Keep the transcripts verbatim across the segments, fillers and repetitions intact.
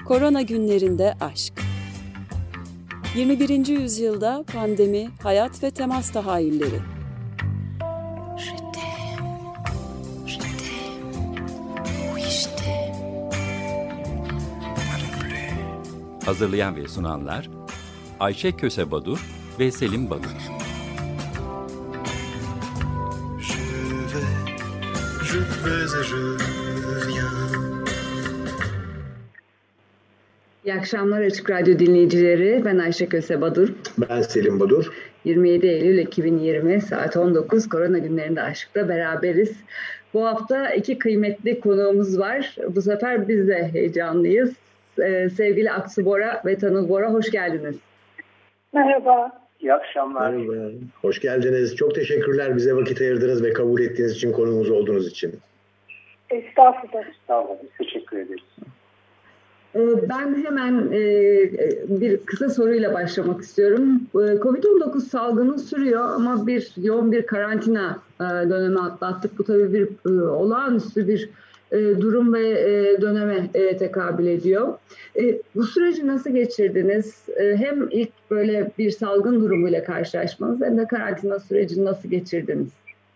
Korona günlerinde aşk. yirmi birinci yüzyılda pandemi, hayat ve temas tahayyülleri. Hazırlayan ve sunanlar Ayşe Köse Badur ve Selim Badur. Je vais et je viens. İyi akşamlar Açık Radyo dinleyicileri. Ben Ayşe Köse Badur. Ben Selim Badur. yirmi yedi Eylül iki bin yirmi saat on dokuz Korona günlerinde aşkta beraberiz. Bu hafta iki kıymetli konuğumuz var. Bu sefer biz de heyecanlıyız. Ee, sevgili Aksu Bora ve Tanıl Bora, hoş geldiniz. Merhaba. İyi akşamlar. Merhaba. Hoş geldiniz. Çok teşekkürler bize vakit ayırdınız ve kabul ettiğiniz için, konuğumuz olduğunuz için. Estağfurullah. Estağfurullah. Teşekkür ederiz. Ben hemen bir kısa soruyla başlamak istiyorum. kovid on dokuz salgını sürüyor ama bir yoğun bir karantina dönemi atlattık. Bu tabii bir olağanüstü bir durum ve döneme tekabül ediyor. Bu süreci nasıl geçirdiniz? Hem ilk böyle bir salgın durumuyla karşılaşmanız hem de karantina sürecini nasıl geçirdiniz?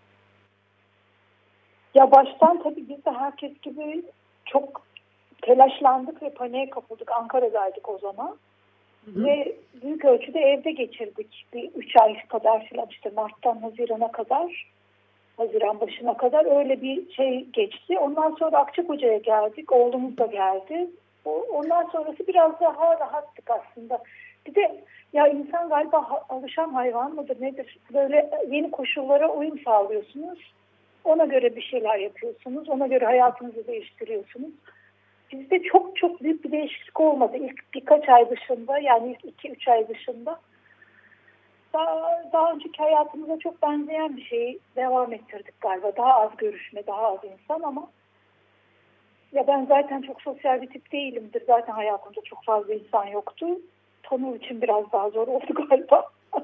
Ya baştan tabii biz de herkes gibi çok telaşlandık ve paniğe kapıldık. Ankara'daydık o zaman. Hı hı. Ve büyük ölçüde evde geçirdik. Bir üç ay kadar filan, işte Mart'tan Haziran'a kadar, Haziran başına kadar öyle bir şey geçti. Ondan sonra Akçakoca'ya geldik. Oğlumuz da geldi. Ondan sonrası biraz daha rahattık aslında. Bir de ya insan galiba alışan hayvan mıdır nedir? Böyle yeni koşullara uyum sağlıyorsunuz. Ona göre bir şeyler yapıyorsunuz. Ona göre hayatınızı değiştiriyorsunuz. Bizde çok çok büyük bir değişiklik olmadı. İlk birkaç ay dışında, yani ilk iki üç ay dışında daha, daha önceki hayatımıza çok benzeyen bir şeyi devam ettirdik galiba. Daha az görüşme, daha az insan ama ya ben zaten çok sosyal bir tip değilimdir. Zaten hayatımda çok fazla insan yoktu. Tanıl için biraz daha zor oldu galiba.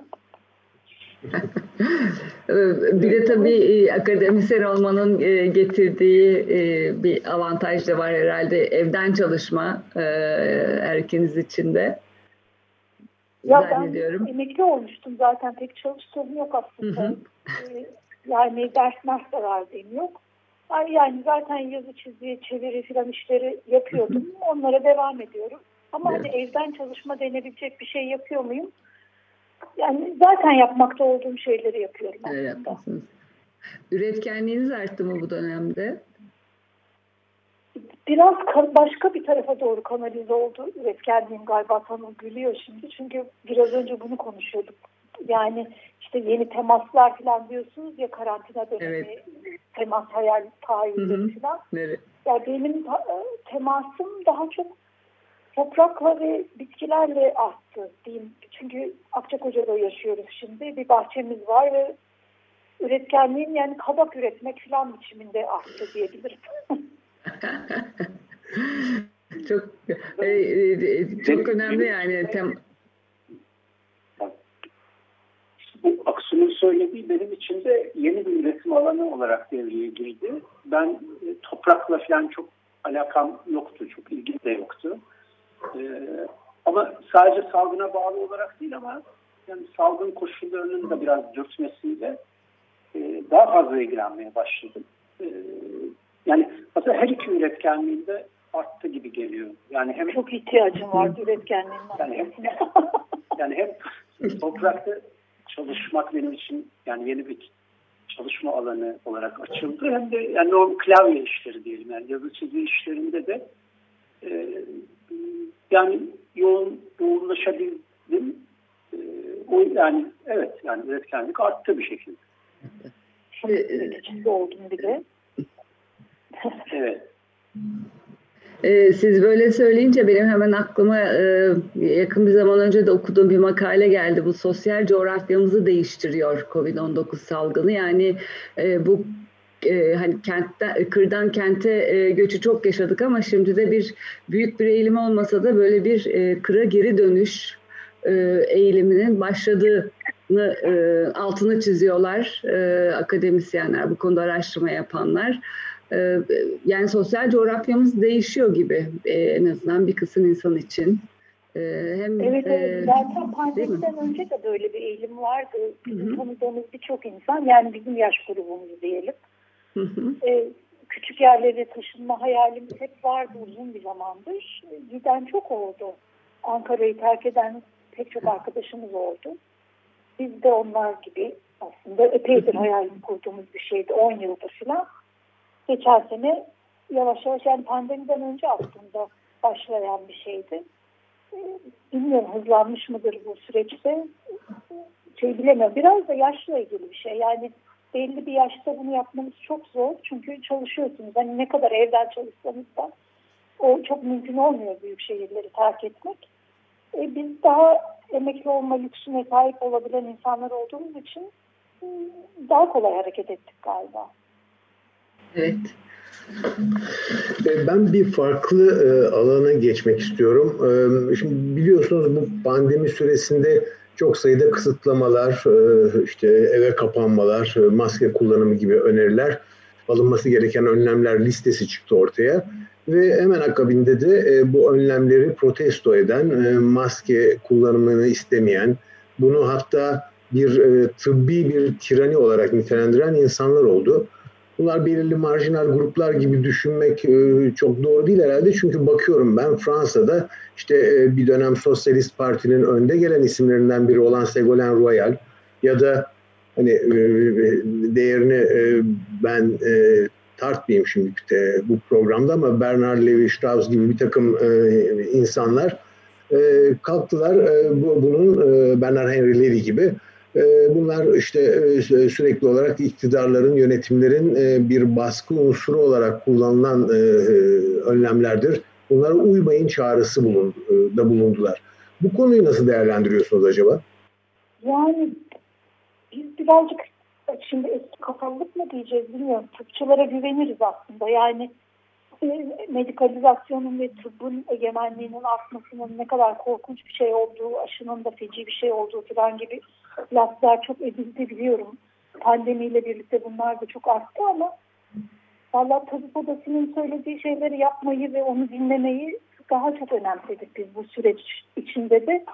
Bir de tabii akademisyen olmanın getirdiği bir avantaj da var herhalde. Evden çalışma her ikiniz için de. Ya ben emekli olmuştum zaten. Pek çalıştığım yok aslında. Hı hı. Yani ders ders zarardayım yok. Yani zaten yazı çizgi, çeviri filan işleri yapıyordum. Hı hı. Onlara devam ediyorum. Ama evet. Hani evden çalışma denebilecek bir şey yapıyor muyum? Yani zaten yapmakta olduğum şeyleri yapıyorum aslında. Evet, yapmışsınız. Üretkenliğiniz arttı mı bu dönemde? Biraz başka bir tarafa doğru kanalize oldu üretkenliğim galiba. Tanıl gülüyor şimdi. Çünkü biraz önce bunu konuşuyorduk. Yani işte yeni temaslar falan diyorsunuz ya, karantina dönemi, evet. Temas, hayal, tahayyülleri falan. Evet. Yani benim temasım daha çok toprakla ve bitkilerle arttı diyeyim. Çünkü Akçakoca'da yaşıyoruz şimdi. Bir bahçemiz var ve üretkenliğim yani kabak üretmek falan biçiminde arttı diyebilirim. çok e, çok önemli yani. Tem- Bu Aksu'nun söylediği benim için de yeni bir üretim alanı olarak devreye girdi. Ben e, toprakla falan çok alakam yoktu. Çok ilgim de yoktu. Ee, ama sadece salgına bağlı olarak değil ama yani salgın koşullarının da biraz dürtmesiyle e, daha fazla ilgilenmeye başladım. Ee, yani aslında her iki üretkenliğinde arttı gibi geliyor. Yani hem çok ihtiyacım vardı üretkenliğine. Yani hem, yani hem toprakta çalışmak benim için yani yeni bir çalışma alanı olarak açıldı. Hem de yani o klavye işleri diyelim, yani yazı çizgi işlerinde de e, yani yoğun yoğunlaşabildim. Ee, o yani evet yani üretkenlik arttı bir şekilde. Şimdi içinde oldum bir de. Evet. Siz böyle söyleyince benim hemen aklıma yakın bir zaman önce de okuduğum bir makale geldi. Bu sosyal coğrafyamızı değiştiriyor kovid on dokuz salgını. Yani bu hani kentten, kırdan kente göçü çok yaşadık ama şimdi de bir büyük bir eğilim olmasa da böyle bir kıra geri dönüş eğiliminin başladığını altını çiziyorlar akademisyenler, bu konuda araştırma yapanlar. Ee, yani sosyal coğrafyamız değişiyor gibi ee, en azından bir kısım insan için. Ee, hem Evet, evet. E, zaten pandemiden önce de böyle bir eğilim vardı. Bizim tanıdığımız birçok insan, yani bizim yaş grubumuz diyelim. Hı hı. Ee, küçük yerlere taşınma hayalimiz hep vardı uzun bir zamandır. Giden çok oldu. Ankara'yı terk eden pek çok arkadaşımız oldu. Biz de onlar gibi aslında epeydir hayalini kurduğumuz bir şeydi. on yıldır falan. Geçen sene yavaş yavaş, yani pandemiden önce aslında başlayan bir şeydi. Bilmiyorum hızlanmış mıdır bu süreçte, şey bilemiyorum. Biraz da yaşla ilgili bir şey. Yani belli bir yaşta bunu yapmamız çok zor. Çünkü çalışıyorsunuz. Hani ne kadar evden çalışsanız da o çok mümkün olmuyor büyük şehirleri terk etmek. E, biz daha emekli olma lüksüne sahip olabilen insanlar olduğumuz için daha kolay hareket ettik galiba. Evet. Ben bir farklı e, alana geçmek istiyorum. E, şimdi biliyorsunuz bu pandemi süresinde çok sayıda kısıtlamalar, e, işte eve kapanmalar, e, maske kullanımı gibi öneriler, alınması gereken önlemler listesi çıktı ortaya. Ve hemen akabinde de e, bu önlemleri protesto eden, e, maske kullanımını istemeyen, bunu hatta bir e, tıbbi bir tirani olarak nitelendiren insanlar oldu. Bunlar belirli marjinal gruplar gibi düşünmek e, çok doğru değil herhalde. Çünkü bakıyorum ben Fransa'da işte e, bir dönem Sosyalist Parti'nin önde gelen isimlerinden biri olan Ségolène Royal ya da hani e, değerini e, ben e, tartmayayım şimdi e, bu programda ama Bernard Lévi-Strauss gibi bir takım e, insanlar e, kalktılar e, bu, bunun e, Bernard Henry Lévy gibi. Bunlar işte sürekli olarak iktidarların, yönetimlerin bir baskı unsuru olarak kullanılan önlemlerdir. Bunlara uymayın çağrısı da bulundular. Bu konuyu nasıl değerlendiriyorsunuz acaba? Yani biz birazcık şimdi eski kafalılık mı diyeceğiz bilmiyorum. Tıpçılara güveniriz aslında. Yani medikalizasyonun ve tıbbın egemenliğinin artmasının ne kadar korkunç bir şey olduğu, aşının da feci bir şey olduğu falan gibi laflar çok edildi biliyorum. Pandemiyle birlikte bunlar da çok arttı ama vallahi tabip odasının söylediği şeyleri yapmayı ve onu dinlemeyi daha çok önemsedik biz bu süreç içinde de.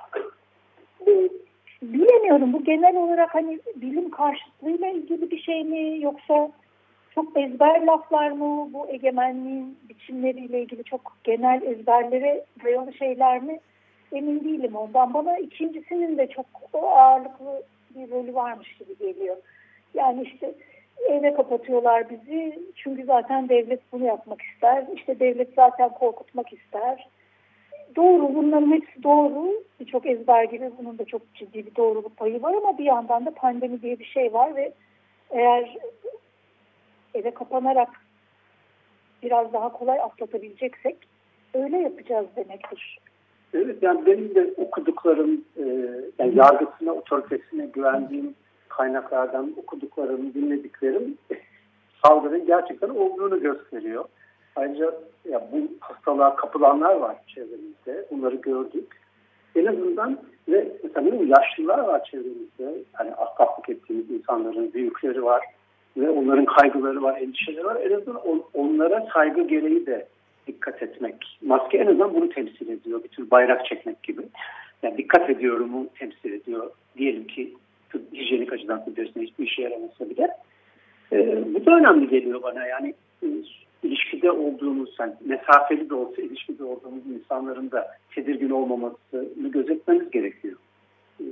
Bilemiyorum, bu genel olarak hani bilim karşıtlığıyla ilgili bir şey mi, yoksa çok ezber laflar mı, bu egemenliğin biçimleriyle ilgili çok genel ezberlere dayalı şeyler mi, emin değilim ondan. Bana ikincisinin de çok ağırlıklı bir rolü varmış gibi geliyor. Yani işte eve kapatıyorlar bizi çünkü zaten devlet bunu yapmak ister. İşte devlet zaten korkutmak ister. Doğru, bunların hepsi doğru. Birçok ezber gibi bunun da çok ciddi bir doğruluk payı var ama bir yandan da pandemi diye bir şey var ve eğer eve kapanarak biraz daha kolay atlatabileceksek öyle yapacağız demektir. Evet, yani benim de okuduklarım, e, yani yargısına, otoritesine güvendiğim kaynaklardan okuduklarım, dinlediklerim salgının gerçekten olduğunu gösteriyor. Ayrıca ya bu hastalığa kapılanlar var çevremizde, bunları gördük. En azından ve sanırım yaşlılar var çevremizde, hani ahbaplık ettiğimiz insanların büyükleri var ve onların kaygıları var, endişeleri var. En azından on, onlara saygı gereği de dikkat etmek. Maske en azından bunu temsil ediyor. Bir tür bayrak çekmek gibi. Yani dikkat ediyorumu temsil ediyor. Diyelim ki hijyenik açıdan tıbbiyesine hiçbir işe yaramasa bile. Ee, bu da önemli geliyor bana. Yani e, ilişkide olduğumuz, yani mesafeli de olsa ilişkide olduğumuz insanların da tedirgin olmamasını gözetmemiz gerekiyor. Ee,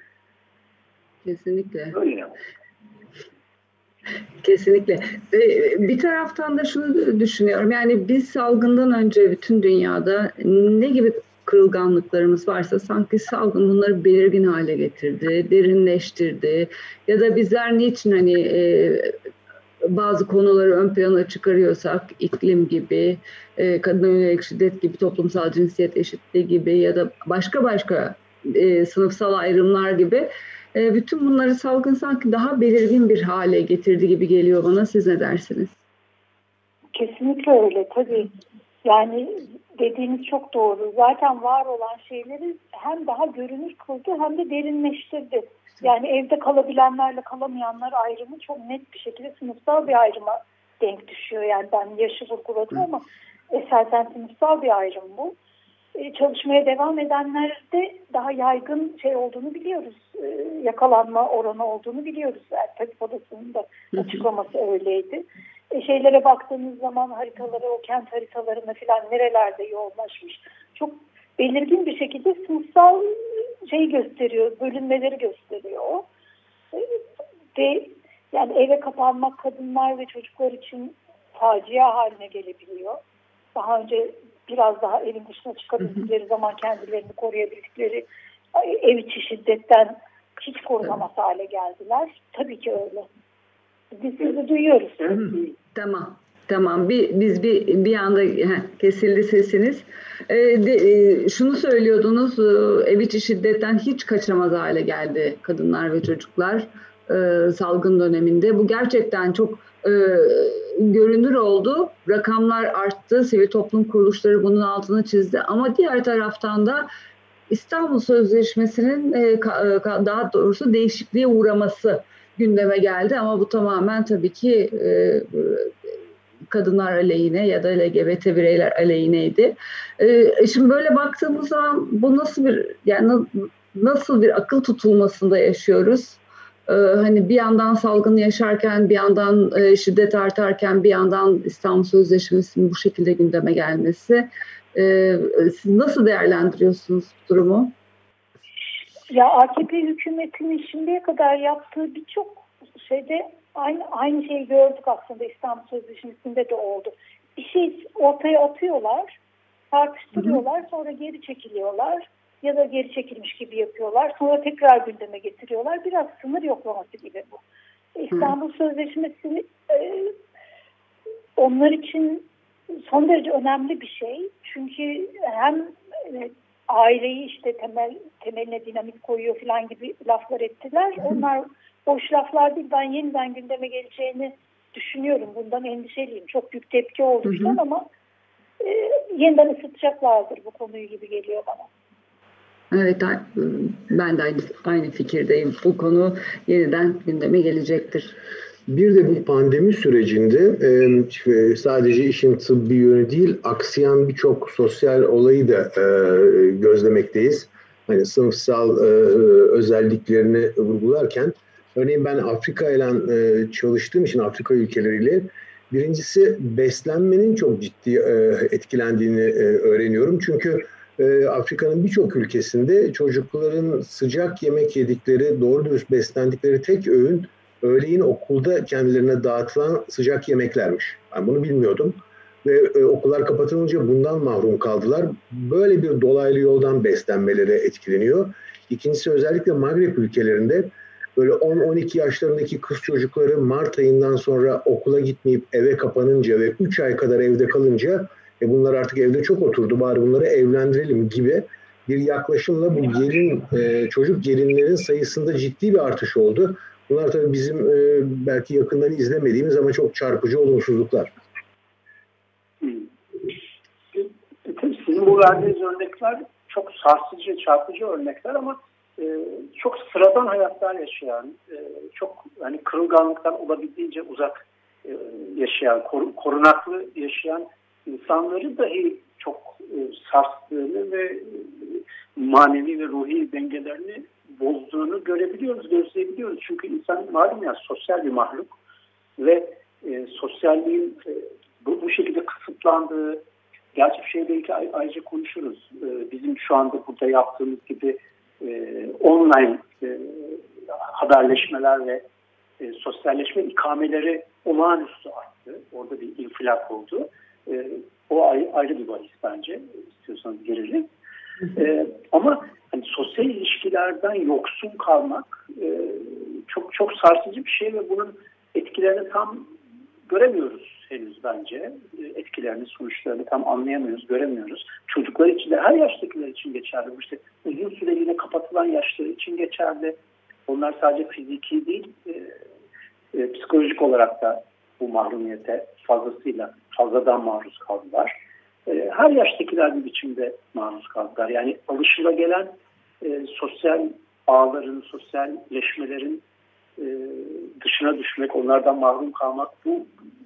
Kesinlikle. Öyle yani. Kesinlikle. Bir taraftan da şunu düşünüyorum. Yani biz salgından önce bütün dünyada ne gibi kırılganlıklarımız varsa sanki salgın bunları belirgin hale getirdi, derinleştirdi. Ya da bizler niçin hani e, bazı konuları ön plana çıkarıyorsak, iklim gibi, e, kadına yönelik şiddet gibi, toplumsal cinsiyet eşitliği gibi ya da başka başka e, sınıfsal ayrımlar gibi bütün bunları salgın sanki daha belirgin bir hale getirdi gibi geliyor bana. Siz ne dersiniz? Kesinlikle öyle tabii. Yani dediğiniz çok doğru. Zaten var olan şeyleri hem daha görünür kıldı hem de derinleştirdi. Yani evde kalabilenlerle kalamayanlar ayrımı çok net bir şekilde sınıfsal bir ayrıma denk düşüyor. Yani ben yaşı vurguladım ama esasen sınıfsal bir ayrım bu. E, çalışmaya devam edenlerde daha yaygın şey olduğunu biliyoruz. E, yakalanma oranı olduğunu biliyoruz. Yani tabip odasının da açıklaması öyleydi. E, şeylere baktığınız zaman haritalara, o kent haritalarına falan nerelerde yoğunlaşmış. Çok belirgin bir şekilde sınıfsal şey gösteriyor, bölünmeleri gösteriyor. E, ve yani eve kapanmak kadınlar ve çocuklar için facia haline gelebiliyor. Daha önce biraz daha evin dışına çıkabildikleri zaman kendilerini koruyabildikleri ev içi şiddetten hiç korunamaz hale geldiler. Tabii ki öyle. Biz sizi duyuyoruz. Tamam. Tamam. Bir, biz bir bir anda heh, kesildi sesiniz. Ee, de, e, şunu söylüyordunuz, e, ev içi şiddetten hiç kaçamaz hale geldi kadınlar ve çocuklar e, salgın döneminde. Bu gerçekten çok e, görünür oldu. Rakamlar arttı. Sivil toplum kuruluşları bunun altını çizdi. Ama diğer taraftan da İstanbul Sözleşmesi'nin e, ka, ka, daha doğrusu değişikliğe uğraması gündeme geldi. Ama bu tamamen tabii ki e, kadınlar aleyhine ya da L G B T bireyler aleyhineydi. E, şimdi böyle baktığımız zaman bu nasıl bir yani nasıl bir akıl tutulmasında yaşıyoruz? Ee, hani bir yandan salgın yaşarken, bir yandan e, şiddet artarken, bir yandan İstanbul Sözleşmesi'nin bu şekilde gündeme gelmesi. Ee, siz nasıl değerlendiriyorsunuz bu durumu? Ya A K P hükümetinin şimdiye kadar yaptığı birçok şeyde aynı aynı şeyi gördük aslında. İstanbul Sözleşmesi'nde de oldu. Bir şey ortaya atıyorlar, tartıştırıyorlar, sonra geri çekiliyorlar. Ya da geri çekilmiş gibi yapıyorlar. Sonra tekrar gündeme getiriyorlar. Biraz sınır yoklaması gibi bu. İstanbul Sözleşmesi e, onlar için son derece önemli bir şey. Çünkü hem e, aileyi işte temel temeline dinamik koyuyor falan gibi laflar ettiler. Onlar boş laflar değil. Ben yeniden gündeme geleceğini düşünüyorum. Bundan endişeliyim. Çok büyük tepki oldu falan ama e, yeniden ısıtacaklardır bu konuyu gibi geliyor bana. Evet, ben de aynı, aynı fikirdeyim. Bu konu yeniden gündeme gelecektir. Bir de bu pandemi sürecinde sadece işin tıbbi yönü değil, aksayan birçok sosyal olayı da gözlemekteyiz. Hani sınıfsal özelliklerini vurgularken, örneğin ben Afrika ile çalıştığım için Afrika ülkeleriyle birincisi beslenmenin çok ciddi etkilendiğini öğreniyorum. Çünkü Afrika'nın birçok ülkesinde çocukların sıcak yemek yedikleri, doğru dürüst beslendikleri tek öğün öğleyin okulda kendilerine dağıtılan sıcak yemeklermiş. Ben bunu bilmiyordum. Ve e, okullar kapatılınca bundan mahrum kaldılar. Böyle bir dolaylı yoldan beslenmeleri etkileniyor. İkincisi özellikle Magreb ülkelerinde böyle on on iki yaşlarındaki kız çocukları Mart ayından sonra okula gitmeyip eve kapanınca ve üç ay kadar evde kalınca e bunlar artık evde çok oturdu, bari bunları evlendirelim gibi bir yaklaşımla bu gelin e, çocuk gelinlerin sayısında ciddi bir artış oldu. Bunlar tabii bizim e, belki yakından izlemediğimiz ama çok çarpıcı olumsuzluklar. Tabii sizin bu verdiğiniz örnekler çok sarsıcı, çarpıcı örnekler ama e, çok sıradan hayatlar yaşayan, e, çok hani kırılganlıktan olabildiğince uzak e, yaşayan, kor, korunaklı yaşayan insanları dahi çok e, sarstığını ve e, manevi ve ruhi dengelerini bozduğunu görebiliyoruz, gözleyebiliyoruz. Çünkü insan malum ya sosyal bir mahluk ve e, sosyalliğin e, bu, bu şekilde kısıtlandığı, gerçi bir şey belki ayrıca konuşuruz. E, bizim şu anda burada yaptığımız gibi e, online e, haberleşmeler ve e, sosyalleşme ikameleri olağanüstü arttı. Orada bir infilak oldu. E, o ayrı, ayrı bir bahis bence. İstiyorsanız girelim. E, ama hani sosyal ilişkilerden yoksun kalmak e, çok çok sarsıcı bir şey ve bunun etkilerini tam göremiyoruz henüz bence. E, etkilerini, sonuçlarını tam anlayamıyoruz, göremiyoruz. Çocuklar için de, her yaştakiler için geçerli. İşte uzun süreliğine kapatılan yaşları için geçerli. Onlar sadece fiziki değil, e, e, psikolojik olarak da bu mahrumiyete fazlasıyla, fazladan maruz kaldılar. E, her yaştakiler bir biçimde maruz kaldılar. Yani alışılagelen e, sosyal ağların, sosyalleşmelerin e, dışına düşmek, onlardan mahrum kalmak, bu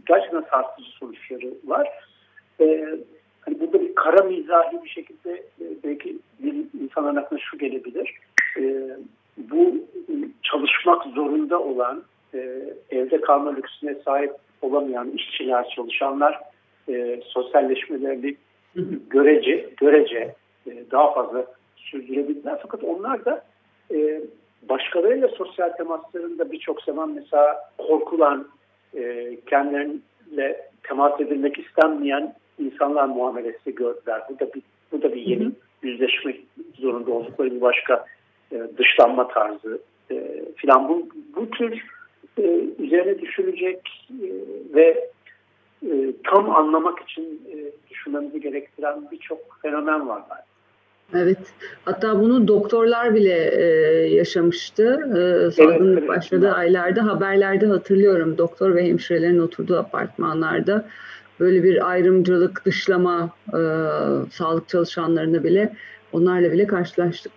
gerçekten sarsıcı sonuçları var. E, hani burada bir kara mizahi bir şekilde e, belki bir insanların aklına şu gelebilir. E, bu çalışmak zorunda olan, e, evde kalma lüksüne sahip olamayan işçiler, çalışanlar e, sosyalleşmelerini görece, görece e, daha fazla sürdürebilirler. Fakat onlar da e, başkalarıyla sosyal temaslarında birçok zaman mesela korkulan, e, kendileriyle temas edilmek istenmeyen insanlar muamelesi gördüler. Bu da bir, bu da bir yeni hı hı. yüzleşmek zorunda oldukları bir başka e, dışlanma tarzı e, filan. Bu, bu tür e, üzerine düşünecek e, ve e, tam anlamak için e, düşünmemizi gerektiren birçok fenomen var. Evet. Hatta bunu doktorlar bile e, yaşamıştı. E, salgın evet, başladığı evet. aylarda haberlerde hatırlıyorum. Doktor ve hemşirelerin oturduğu apartmanlarda böyle bir ayrımcılık, dışlama e, sağlık çalışanlarını bile onlarla bile karşılaştık.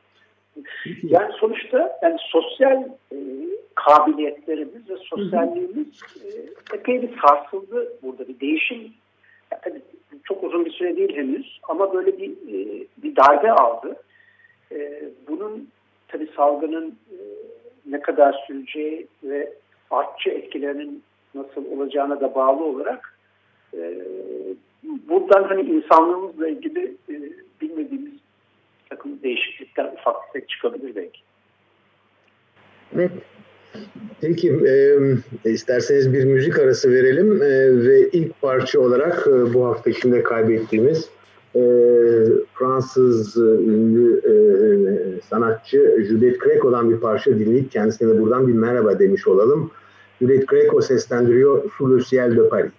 Yani sonuçta yani sosyal e, kabiliyetlerimiz ve sosyalliğimiz e, epey bir sarsıldı burada. Bir değişim yani çok uzun bir süre değil henüz ama böyle bir e, bir darbe aldı. E, bunun tabii salgının e, ne kadar süreceği ve artçı etkilerinin nasıl olacağına da bağlı olarak e, buradan hani insanlığımızla ilgili e, bilmediğimiz takım değişiklikler ufak tefek çıkabilir belki. Evet. Peki e, isterseniz bir müzik arası verelim e, ve ilk parça olarak e, bu hafta içinde kaybettiğimiz e, Fransız ünlü e, sanatçı Juliette Gréco'dan bir parça dinleyip kendisine de buradan bir merhaba demiş olalım. Juliette Gréco seslendiriyor Sous le ciel de Paris.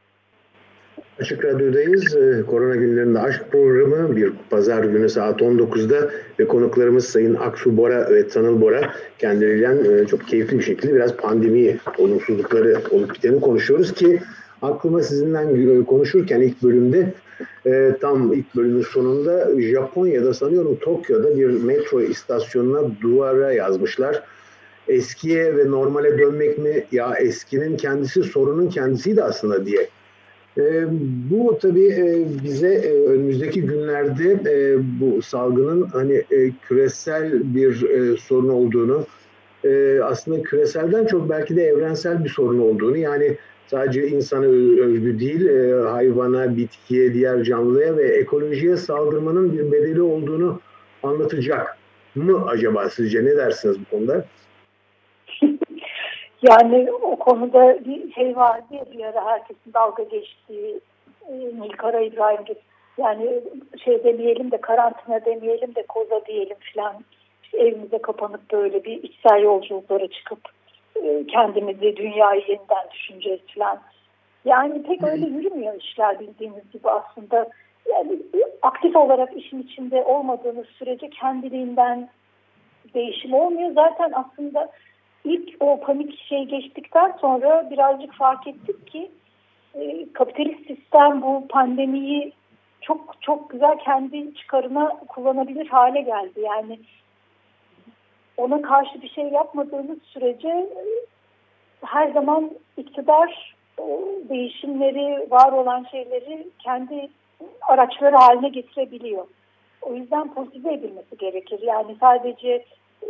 Açık Radyo'dayız. Korona günlerinde aşk programı bir pazar günü saat on dokuzda ve konuklarımız Sayın Aksu Bora ve Tanıl Bora kendileriyle çok keyifli bir şekilde biraz pandemi olumsuzlukları olup biteni konuşuyoruz ki aklıma sizinle konuşurken ilk bölümde tam ilk bölümün sonunda Japonya'da sanıyorum Tokyo'da bir metro istasyonuna duvara yazmışlar. Eskiye ve normale dönmek mi ya eskinin kendisi sorunun kendisiydi aslında diye. E, bu tabii e, bize e, önümüzdeki günlerde e, bu salgının hani e, küresel bir e, sorun olduğunu, e, aslında küreselden çok belki de evrensel bir sorun olduğunu, yani sadece insana özgü değil, e, hayvana, bitkiye, diğer canlıya ve ekolojiye saldırmanın bir bedeli olduğunu anlatacak mı acaba sizce? Ne dersiniz bu konuda? Yani o konuda bir şey vardı ya, bir ara herkesin dalga geçtiği e, Nilkara İbrahim gibi. Yani şey demeyelim de karantina demeyelim de koza diyelim falan. İşte evimize kapanıp böyle bir içsel yolculuklara çıkıp e, kendimizi, dünyayı yeniden düşüneceğiz falan. Yani pek öyle yürümüyor işler bildiğiniz gibi aslında. Yani aktif olarak işin içinde olmadığınız sürece kendiliğinden değişim olmuyor. Zaten aslında İlk o panik şey geçtikten sonra birazcık fark ettik ki e, kapitalist sistem bu pandemiyi çok çok güzel kendi çıkarına kullanabilir hale geldi. Yani ona karşı bir şey yapmadığınız sürece e, her zaman iktidar o değişimleri, var olan şeyleri kendi araçları haline getirebiliyor. O yüzden politize edilmesi gerekir. Yani sadece e,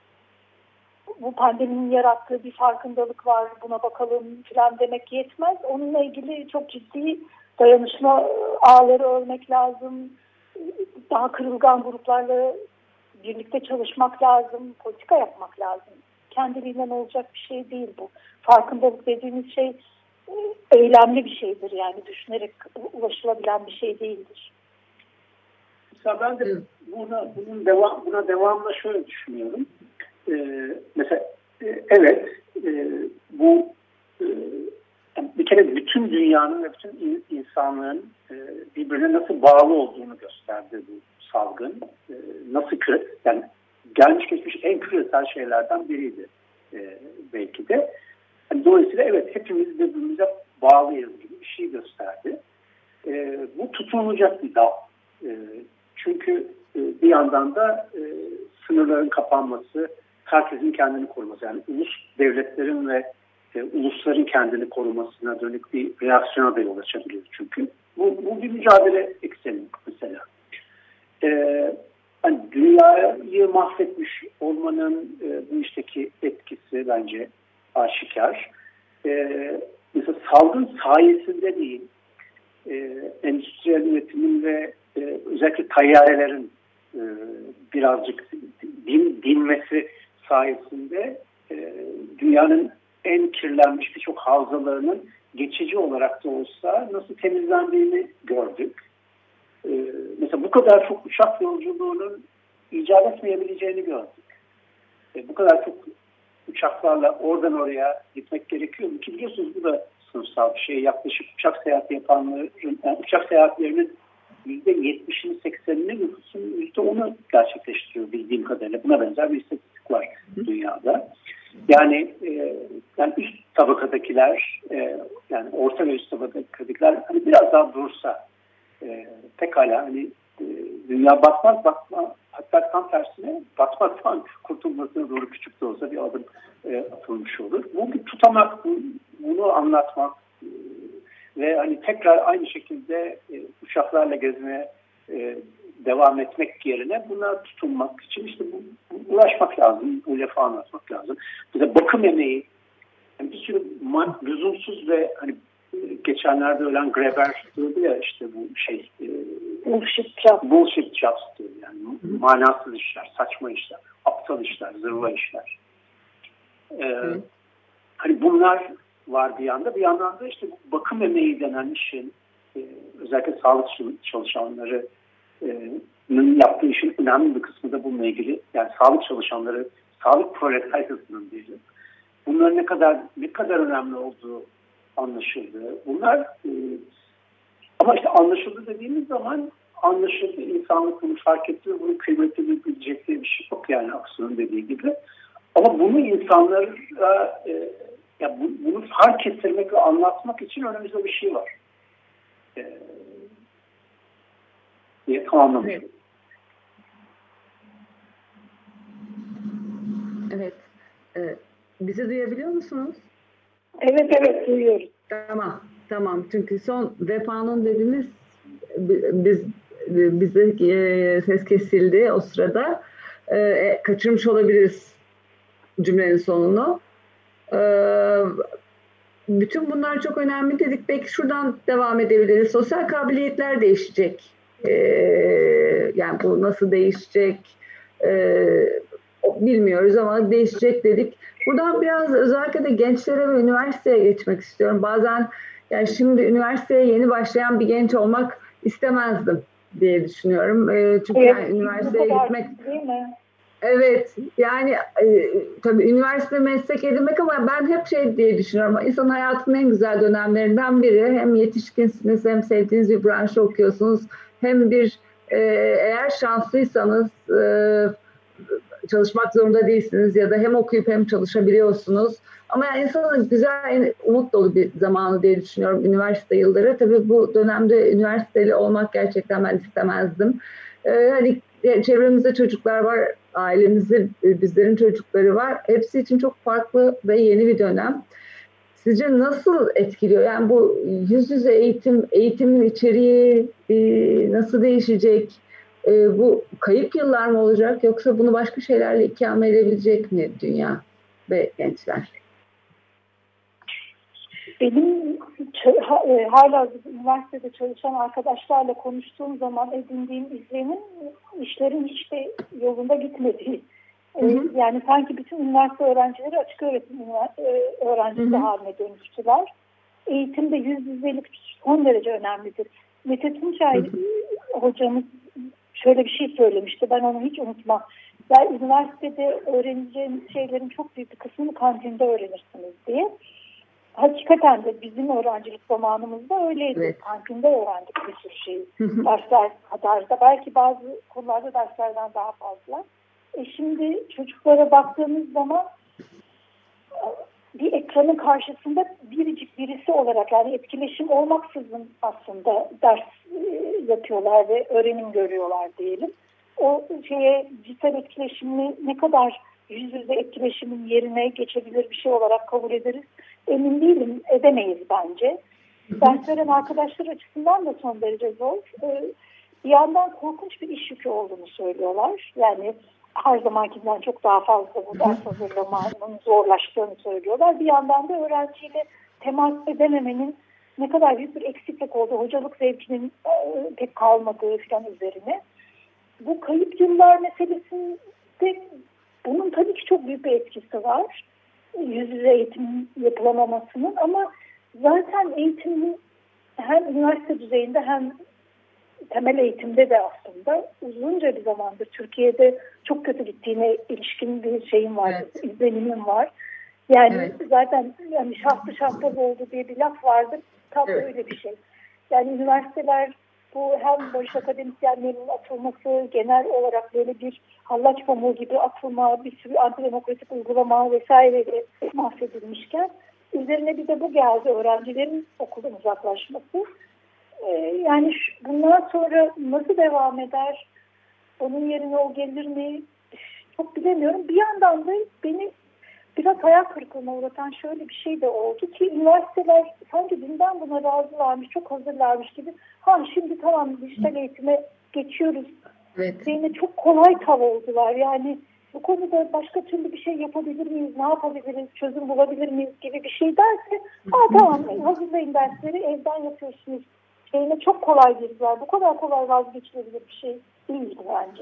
bu pandeminin yarattığı bir farkındalık var, buna bakalım falan demek yetmez. Onunla ilgili çok ciddi dayanışma ağları örmek lazım. Daha kırılgan gruplarla birlikte çalışmak lazım, politika yapmak lazım. Kendiliğinden olacak bir şey değil bu. Farkındalık dediğimiz şey eylemli bir şeydir, yani düşünerek ulaşılabilen bir şey değildir. Mesela ben de buna, bunun devam, buna devamla şöyle düşünüyorum. Ee, mesela e, evet e, bu e, bir kere bütün dünyanın ve bütün insanlığın e, birbirine nasıl bağlı olduğunu gösterdi bu salgın. E, nasıl küre, yani gelmiş geçmiş en küresel şeylerden biriydi e, belki de. Yani dolayısıyla evet hepimiz birbirimize bağlıyız gibi bir şey gösterdi. E, bu tutunulacak bir dal. E, çünkü e, bir yandan da e, sınırların kapanması, herkesin kendini koruması, yani ulus devletlerin ve e, ulusların kendini korumasına dönük bir reaksiyona da yol açabiliyor çünkü. Bu, bu bir mücadele ekseni mesela. E, hani dünyayı mahvetmiş olmanın e, bu işteki etkisi bence aşikar. E, mesela salgın sayesinde değil, e, endüstriyel üretimin ve e, özellikle tayyarelerin e, birazcık din, dinmesi sayesinde e, dünyanın en kirlenmiş birçok havzalarının geçici olarak da olsa nasıl temizlendiğini gördük. E, mesela bu kadar çok uçak yolculuğunun icat etmeyebileceğini gördük. E, bu kadar çok uçaklarla oradan oraya gitmek gerekiyor mu? Ki biliyorsunuz bu da sınıfsal bir şey. Yaklaşık uçak seyahati yapanların, yani uçak seyahatlerinin yüzde yetmişini seksenini nüfusun yüzde onu gerçekleştiriyor bildiğim kadarıyla. Buna benzer bir istatistik var dünyada. Yani, e, yani üst tabakadakiler, e, yani orta ve üst tabakadakiler hani biraz daha dursa e, pekala hani e, dünya batmaz batma, hatta tam tersine batmaktan kurtulmasına doğru küçük de olsa bir adım e, atılmış olur. Bu bir tutamak, bu, bunu anlatmak e, ve hani tekrar aynı şekilde e, uçaklarla gezmeye e, devam etmek yerine buna tutunmak için işte bu, bu, uğraşmak lazım, bu lafı anlatmak lazım. Mesela bakım emeği, yani bir sürü man, lüzumsuz ve hani geçenlerde ölen Greber diyordu ya işte bu şey e, bullshit job, bullshit jobs diyor yani Hı. manasız işler, saçma işler, aptal işler, zırva işler. Ee, Hı. Hani bunlar var bir yanda, bir yandan da işte bu bakım emeği denen işin e, özellikle sağlık çalışanlarının yaptığı işin önemli bir kısmı da bununla ilgili. Yani sağlık çalışanları, sağlık proletaryasının diyelim. Bunların ne kadar ne kadar önemli olduğu anlaşıldı. Bunlar e, ama işte anlaşıldı dediğimiz zaman anlaşıldı, insanlık bunu fark etti ve bunu kıymetli bilecekleri bir şey yok yani Aksu'nun dediği gibi. Ama bunu insanlara e, ya bu, bunu fark ettirmek ve anlatmak için önümüzde bir şey var. E, diye tamamlamış. Evet. Evet. evet. Bizi duyabiliyor musunuz? Evet evet duyuyoruz. Tamam tamam çünkü son Vefa'nın dediniz biz bize e, ses kesildi o sırada e, kaçırmış olabiliriz cümlenin sonunu. E, bütün bunlar çok önemli dedik. Belki şuradan devam edebiliriz. Sosyal kabiliyetler değişecek. E, yani bu nasıl değişecek e, bilmiyoruz ama değişecek dedik. Buradan biraz özellikle de gençlere ve üniversiteye geçmek istiyorum. Bazen yani şimdi üniversiteye yeni başlayan bir genç olmak istemezdim diye düşünüyorum. E, çünkü evet, yani üniversiteye gitmek değil mi? Evet yani e, tabii üniversite meslek edinmek ama ben hep şey diye düşünüyorum. İnsan hayatının en güzel dönemlerinden biri. Hem yetişkinsiniz hem sevdiğiniz bir branşı okuyorsunuz. Hem bir e, eğer şanslıysanız e, çalışmak zorunda değilsiniz ya da hem okuyup hem çalışabiliyorsunuz. Ama yani insanın güzel, umut dolu bir zamanı diye düşünüyorum üniversite yılları. Tabii bu dönemde üniversiteli olmak gerçekten ben istemezdim. Ee, hani çevremizde çocuklar var, ailemizde bizlerin çocukları var. Hepsi için çok farklı ve yeni bir dönem. Sizce nasıl etkiliyor? Yani bu yüz yüze eğitim, eğitimin içeriği e, nasıl değişecek? E, bu kayıp yıllar mı olacak yoksa bunu başka şeylerle ikame edebilecek mi dünya ve gençler? Benim hala üniversitede çalışan arkadaşlarla konuştuğum zaman edindiğim izlenim işlerin hiç de yolunda gitmediği. Hı hı. Yani sanki bütün üniversite öğrencileri açık öğretim öğrencisi hı hı. haline dönüştüler. Eğitimde yüz yüzelik son derece önemlidir. Mete Tunçay hocamız şöyle bir şey söylemişti. Ben onu hiç unutmam. Yani üniversitede öğreneceğiniz şeylerin çok büyük bir kısmını kantinde öğrenirsiniz diye. Hakikaten de bizim öğrencilik zamanımızda öyleydi. Evet. Kantinde öğrendik bir sürü şeyi. Dersler kadar da belki bazı konularda derslerden daha fazla. E şimdi çocuklara baktığımız zaman bir ekranın karşısında biricik birisi olarak yani etkileşim olmaksızın aslında ders yapıyorlar ve öğrenim görüyorlar diyelim. O şeye dijital etkileşimi ne kadar yüz yüze etkileşimin yerine geçebilir bir şey olarak kabul ederiz emin değilim, edemeyiz bence. Ders veren arkadaşlar açısından da son derece zor. Ee, bir yandan korkunç bir iş yükü olduğunu söylüyorlar. Yani her zamankinden çok daha fazla bu ders hazırlamanın zorlaştığını söylüyorlar. Bir yandan da öğrenciyle temas edememenin ne kadar büyük bir eksiklik olduğu, hocalık zevkinin e, pek kalmadığı falan üzerine. Bu kayıp yıllar meselesinde bunun tabii ki çok büyük bir etkisi var. Yüz yüze eğitim yapılamamasının, ama zaten eğitimin hem üniversite düzeyinde hem temel eğitimde de aslında uzunca bir zamandır Türkiye'de çok kötü gittiğine ilişkin bir şeyim var, evet. izlenimim var. Yani evet. zaten yani şahtı şahtaz oldu diye bir laf vardır. Tam evet. öyle bir şey. Yani üniversiteler bu hem boş akademisyenlerin atılması, genel olarak böyle bir hallaç pamuğu gibi atılma, bir sürü antidemokratik uygulama vesaire mahvedilmişken üzerine bir de bu geldi, öğrencilerin okuldan uzaklaşması. Ee, yani şu, bundan sonra nasıl devam eder? Onun yerine o gelir mi? Çok bilemiyorum. Bir yandan da beni biraz hayal kırıklığına uğratan şöyle bir şey de oldu ki üniversiteler sanki dünden buna razılarmış, çok hazırlarmış gibi. Ha şimdi tamam dijital eğitime geçiyoruz. Evet. Yine çok kolay tav oldular. Yani bu konuda başka türlü bir şey yapabilir miyiz, ne yapabiliriz, çözüm bulabilir miyiz gibi bir şey derse ha tamam hazırlayın dersleri, evden yapıyorsunuz. Şeyine çok kolay girdiler. Bu kadar kolay vazgeçilebilir bir şey değildi bence.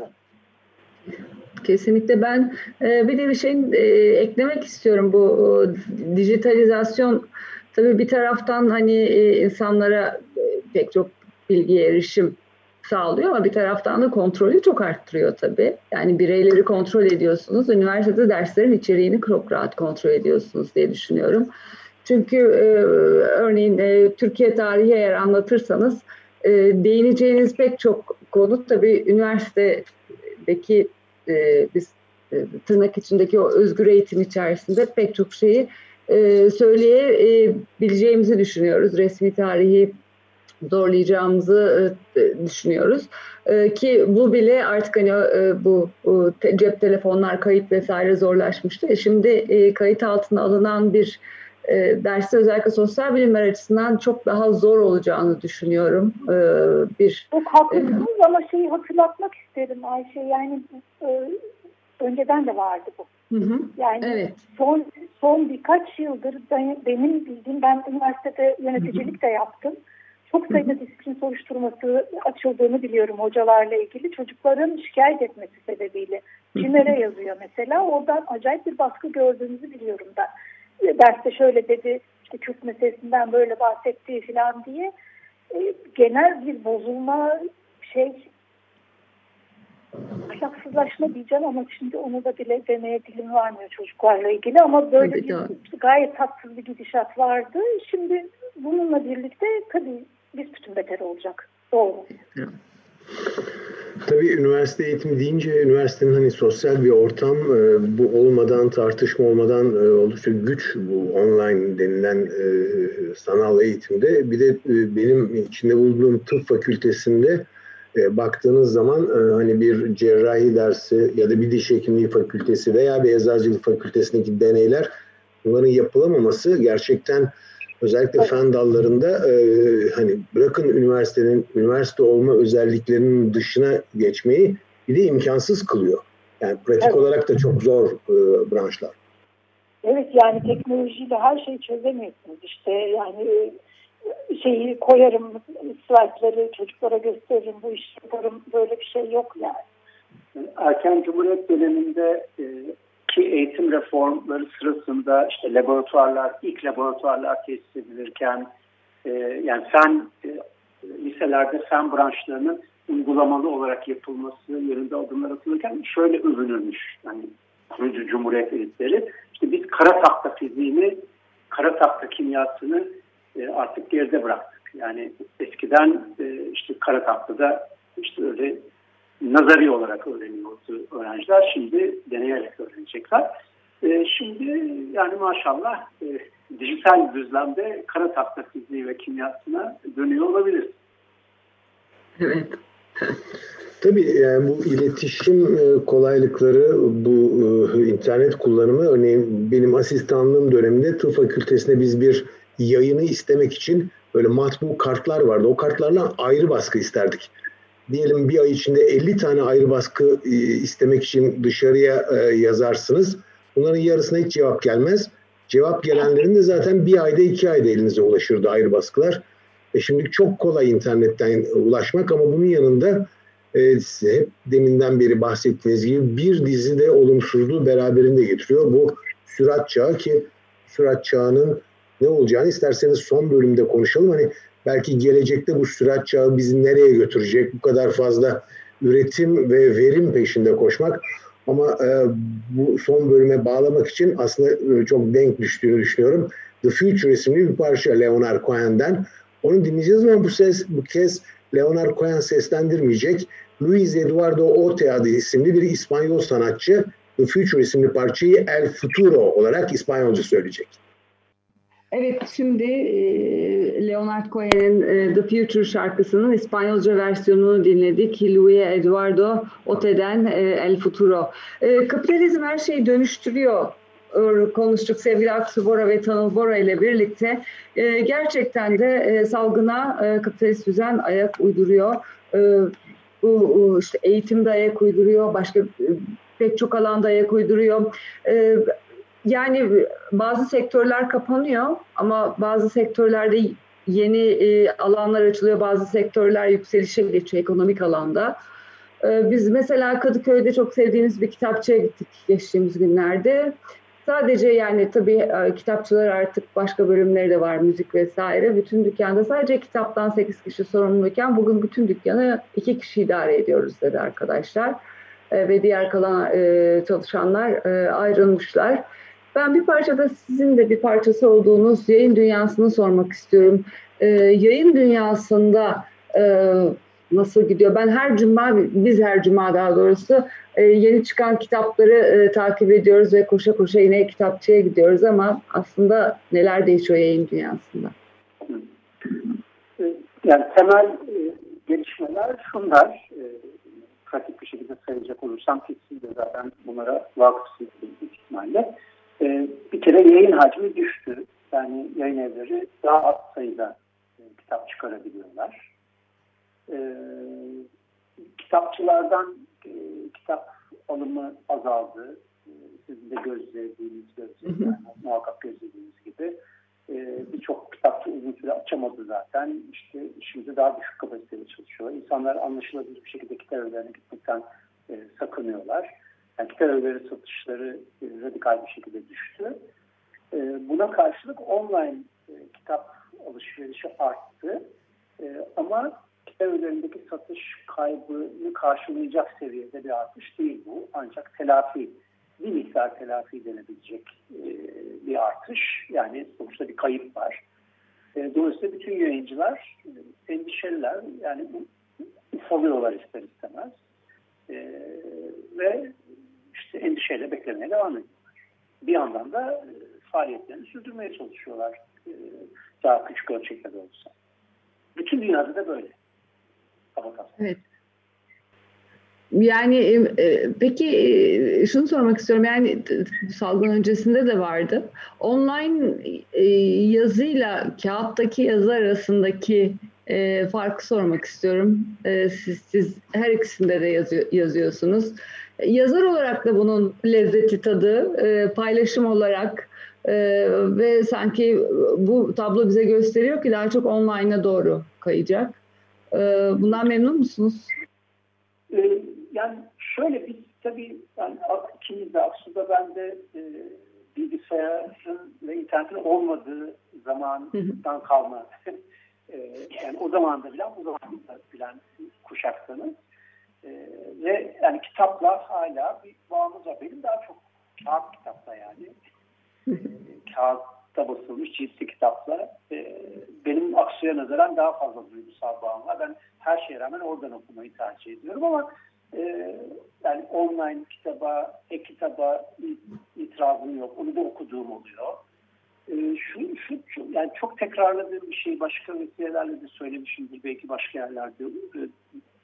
Kesinlikle. Ben e, bir de bir şey e, eklemek istiyorum. Bu o, dijitalizasyon tabii bir taraftan hani e, insanlara e, pek çok bilgiye erişim sağlıyor ama bir taraftan da kontrolü çok arttırıyor tabii. Yani bireyleri kontrol ediyorsunuz. Üniversitede derslerin içeriğini çok rahat kontrol ediyorsunuz diye düşünüyorum. Çünkü e, örneğin e, Türkiye tarihi eğer anlatırsanız e, değineceğiniz pek çok konu tabii üniversitedeki e, biz e, tırnak içindeki o özgür eğitim içerisinde pek çok şeyi e, söyleyebileceğimizi düşünüyoruz. Resmi tarihi zorlayacağımızı e, düşünüyoruz. E, ki bu bile artık hani e, bu e, te, cep telefonlar, kayıt vesaire zorlaşmıştı. E, şimdi e, kayıt altına alınan bir e, derste özellikle sosyal bilimler açısından çok daha zor olacağını düşünüyorum. E, bir Çok haklısınız e, ama şeyi hatırlatmak isterim Ayşe. Yani e, önceden de vardı bu. Hı hı, yani evet. son son birkaç yıldır ben, benim bildiğim, ben üniversitede yöneticilik de yaptım. Çok sayıda disiplin soruşturması açıldığını biliyorum hocalarla ilgili. Çocukların şikayet etmesi sebebiyle. Kimlere yazıyor mesela? Oradan acayip bir baskı gördüğümüzü biliyorum ben. Derste şöyle dedi, işte Kürt meselesinden böyle bahsetti falan diye. E, genel bir bozulma, şey, ahlaksızlaşma diyeceğim ama şimdi onu da bile demeye dilim varmıyor çocuklarla ilgili. Ama böyle tabii bir doğru. Gayet tatsız bir gidişat vardı. Şimdi bununla birlikte tabii bir bütün beter olacak. Doğru. Evet. Tabii üniversite eğitimi deyince üniversitenin hani sosyal bir ortam, bu olmadan, tartışma olmadan oldukça güç bu online denilen sanal eğitimde. Bir de benim içinde bulunduğum tıp fakültesinde baktığınız zaman hani bir cerrahi dersi ya da bir diş hekimliği fakültesi veya bir eczacılık fakültesindeki deneyler, bunların yapılamaması gerçekten özellikle fen dallarında e, hani bırakın üniversitenin üniversite olma özelliklerinin dışına geçmeyi bir de imkansız kılıyor. Yani pratik evet. olarak da çok zor e, branşlar. Evet, yani teknolojiyle her şeyi çözemiyorsunuz. İşte yani şeyi koyarım, slaytları çocuklara gösteririm, bu işi yaparım, böyle bir şey yok yani. Erken Cumhuriyet döneminde e, ki eğitim reformları sırasında işte laboratuvarlar, ilk laboratuvarlar tesis edilirken e, yani fen e, liselerde fen branşlarının uygulamalı olarak yapılması yönünde adımlar atılırken şöyle övünülmüş. Yani kurucu Cumhuriyet elitleri. İşte biz kara tahta fiziğini, kara tahta kimyasını e, artık geride bıraktık. Yani eskiden e, işte kara tahtada işte öyle nazari olarak öğreniyordu öğrenciler. Şimdi deneyerek öğrenecekler. E, şimdi yani maşallah e, dijital düzlemde kara tahta fiziği ve kimyasına dönüyor olabilir. Evet. Tabii yani bu iletişim kolaylıkları, bu internet kullanımı, örneğin benim asistanlığım döneminde tıp fakültesinde biz bir yayını istemek için böyle matbu kartlar vardı. O kartlarla ayrı baskı isterdik. Diyelim bir ay içinde elli tane ayrı baskı istemek için dışarıya yazarsınız. Bunların yarısına hiç cevap gelmez. Cevap gelenlerin de zaten bir ayda iki ayda elinize ulaşırdı ayrı baskılar. E şimdi çok kolay internetten ulaşmak ama bunun yanında e, hep deminden beri bahsettiğiniz gibi bir dizi de olumsuzluğu beraberinde getiriyor. Bu sürat çağı, ki sürat çağının ne olacağını isterseniz son bölümde konuşalım. Hani belki gelecekte bu sürat çağı bizi nereye götürecek? Bu kadar fazla üretim ve verim peşinde koşmak. Ama e, bu son bölüme bağlamak için aslında e, çok denk düştüğünü düşünüyorum. The Future isimli bir parça Leonard Cohen'den. Onu dinleyeceğiz ama bu ses bu kez Leonard Cohen seslendirmeyecek. Luis Eduardo Ortega isimli bir İspanyol sanatçı The Future isimli parçayı El Futuro olarak İspanyolca söyleyecek. Evet, şimdi Leonard Cohen'in The Future şarkısının İspanyolca versiyonunu dinledik. Luis Eduardo Ortega'dan El Futuro. Kapitalizm her şeyi dönüştürüyor. Konuştuk sevgili Aksu Bora ve Tanıl Bora ile birlikte. Gerçekten de salgına kapitalist düzen ayak uyduruyor. Bu işte eğitimde ayak uyduruyor, başka pek çok alanda ayak uyduruyor. Yani bazı sektörler kapanıyor ama bazı sektörlerde yeni e, alanlar açılıyor, bazı sektörler yükselişe geçiyor ekonomik alanda. E, biz mesela Kadıköy'de çok sevdiğimiz bir kitapçıya gittik geçtiğimiz günlerde. Sadece yani tabii e, kitapçılar artık başka bölümleri de var, müzik vesaire. Bütün dükkanda sadece kitaptan sekiz kişi sorumluyken bugün bütün dükkanı iki kişi idare ediyoruz dedi arkadaşlar. E, ve diğer kalan e, çalışanlar e, ayrılmışlar. Ben bir parçada sizin de bir parçası olduğunuz yayın dünyasını sormak istiyorum. Ee, yayın dünyasında e, nasıl gidiyor? Ben her cuma, biz her cuma daha doğrusu e, yeni çıkan kitapları e, takip ediyoruz ve koşa koşa yine kitapçıya gidiyoruz ama aslında neler değişiyor yayın dünyasında? Yani temel e, gelişmeler şunlar. E, pratik bir şekilde sayacak olursam ki siz de zaten bunlara vakıfsınız büyük ihtimalle. Ee, bir kere yayın hacmi düştü. Yani yayın evleri daha az sayıda e, kitap çıkarabiliyorlar. Ee, kitapçılardan e, kitap alımı azaldı. Ee, sizin de gözlediğiniz, gözlediğiniz yani, muhakkak gözlediğiniz gibi. Ee, Birçok kitapçı uzun süre açamadı zaten. İşte şimdi daha düşük kapasiteli çalışıyor. İnsanlar anlaşılabilir bir şekilde kitap evlerine gitmekten e, sakınıyorlar. Yani kitap evleri satışları e, radikal bir şekilde düştü. E, buna karşılık online e, kitap alışverişi arttı. E, ama kitap evlerindeki satış kaybını karşılayacak seviyede bir artış değil bu. Ancak telafi, bir miktar telafi denebilecek e, bir artış. Yani sonuçta bir kayıp var. E, dolayısıyla bütün yayıncılar e, endişeliler. Yani ufalıyorlar ister istemez. E, ve işte endişeyle beklemeye devam ediyorlar. Bir yandan da e, faaliyetlerini sürdürmeye çalışıyorlar. E, daha küçük ölçekte de olsa. Bütün dünyada da böyle. Evet. Yani e, peki e, şunu sormak istiyorum. Yani salgın öncesinde de vardı. Online e, yazıyla kağıttaki yazı arasındaki e, farkı sormak istiyorum. E, siz, siz her ikisinde de yazıyor, yazıyorsunuz. Yazar olarak da bunun lezzeti, tadı, e, paylaşım olarak e, ve sanki bu tablo bize gösteriyor ki daha çok online'a doğru kayacak. E, bundan memnun musunuz? E, yani şöyle biz tabii yani ikimiz de aslında ben de e, bilgisayarın ve internetin olmadığı zamandan kalma e, yani o zaman da bilen bu zaman da bilen kuşaktanız. Ee, ve yani kitaplar hala bir bağımız var. Benim daha çok kağıt kitapla yani. Ee, kağıtta basılmış ciltli kitaplar. Ee, benim Aksu'ya nazaran daha fazla duygusal bağım var. Ben her şeye rağmen oradan okumayı tercih ediyorum ama e, yani online kitaba, e-kitaba itirazım yok. Onu da okuduğum oluyor. Ee, şu, şu, şu, yani çok tekrarladığım bir şey başka vesilelerle de söylemişimdir. Belki başka yerlerde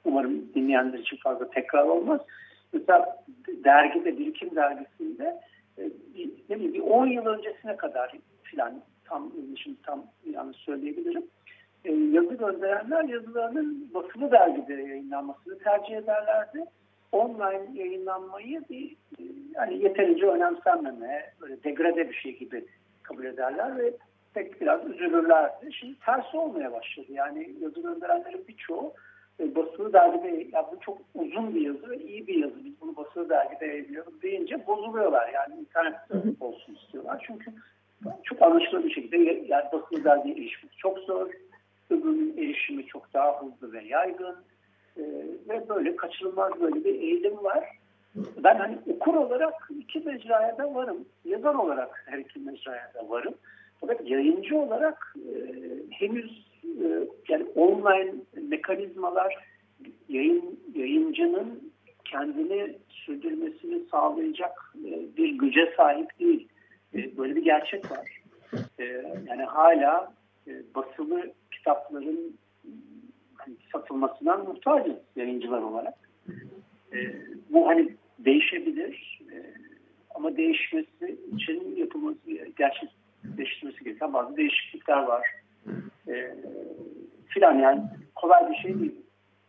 umarım dinleyenler için fazla tekrar olmaz. Mesela dergide, Birikim dergisinde bir, ne bileyim, bir on yıl öncesine kadar filan, tam şimdi tam yanlış söyleyebilirim, yazı gönderenler yazılarının basılı dergide yayınlanmasını tercih ederlerdi. Online yayınlanmayı bir yani yeterince önemsenmeme, böyle degrade bir şey gibi kabul ederler ve pek biraz üzülürlerdi. Şimdi tersi olmaya başladı. Yani yazı gönderenlerin birçoğu e, basılı dergide, ya bu çok uzun bir yazı ve iyi bir yazı, biz bunu basılı dergide yayınlıyoruz deyince bozuluyorlar. Yani internette olsun istiyorlar. Çünkü çok anlaşılır bir şekilde yani basılı dergiye erişmek çok zor. Öbürünün erişimi çok daha hızlı ve yaygın. E, ve böyle kaçınılmaz böyle bir eğilim var. Ben hani okur olarak iki mecraya da varım. Yazar olarak her iki mecraya da varım. Fakat yayıncı olarak e, henüz e, yani online mekanizmalar yayın yayıncının kendini sürdürmesini sağlayacak e, bir güce sahip değil. E, böyle bir gerçek var. E, yani hala e, basılı kitapların hani, satılmasından muhtacız yayıncılar olarak. E, bu hani değişebilir e, ama değişmesi için yapılması, gerçekleştirmesi gereken bazı değişiklikler var. E, filan yani kolay bir şey değil.